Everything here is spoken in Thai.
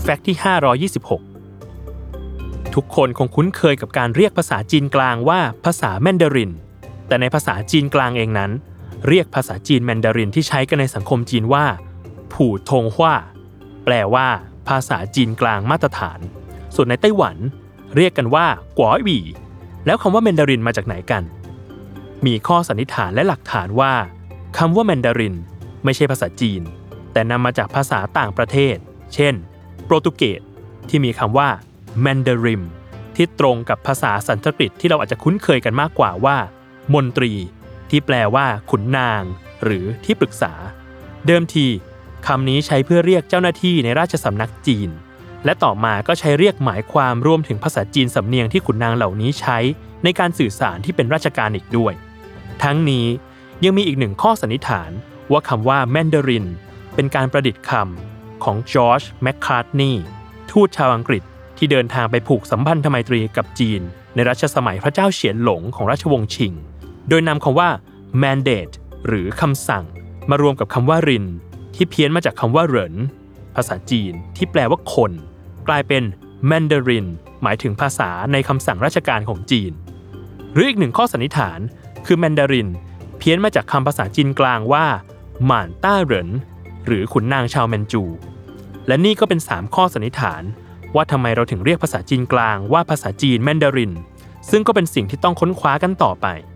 แฟกต์ที่526ทุกคนคงคุ้นเคยกับการเรียกภาษาจีนกลางว่าภาษาแมนดารินแต่ในภาษาจีนกลางเองนั้นเรียกภาษาจีนแมนดารินที่ใช้กันในสังคมจีนว่าผู่ทงฮว่าแปลว่าภาษาจีนกลางมาตรฐานส่วนในไต้หวันเรียกกันว่าก๋วยหวี่แล้วคำว่าแมนดารินมาจากไหนกันมีข้อสันนิษฐานและหลักฐานว่าคำว่าแมนดารินไม่ใช่ภาษาจีนแต่นำมาจากภาษาต่างประเทศเช่นโปรตุเกสที่มีคำว่าแมนดาริมที่ตรงกับภาษาสันสกฤตที่เราอาจจะคุ้นเคยกันมากกว่าว่ามนตรีที่แปลว่าขุนนางหรือที่ปรึกษาเดิมทีคำนี้ใช้เพื่อเรียกเจ้าหน้าที่ในราชสำนักจีนและต่อมาก็ใช้เรียกหมายความรวมถึงภาษาจีนสำเนียงที่ขุนนางเหล่านี้ใช้ในการสื่อสารที่เป็นราชการอีกด้วยทั้งนี้ยังมีอีกหนึ่งข้อสันนิษฐานว่าคำว่าแมนดารินเป็นการประดิษฐ์คำของจอร์จแมคคาร์ทนีย์ทูตชาวอังกฤษที่เดินทางไปผูกสัมพันธไมตรีกับจีนในรัชสมัยพระเจ้าเฉียนหลงของราชวงศ์ชิงโดยนำคำว่า mandate หรือคำสั่งมารวมกับคำว่ารินที่เพี้ยนมาจากคำว่าเหรินภาษาจีนที่แปลว่าคนกลายเป็น Mandarin หมายถึงภาษาในคำสั่งราชการของจีนหรืออีกหนึ่งข้อสันนิษฐานคือ Mandarin เพี้ยนมาจากคำภาษาจีนกลางว่าหม่านต้าเหรินหรือขุนนางชาวแมนจูและนี่ก็เป็น3ข้อสันนิษฐานว่าทำไมเราถึงเรียกภาษาจีนกลางว่าภาษาจีนแมนดารินซึ่งก็เป็นสิ่งที่ต้องค้นคว้ากันต่อไป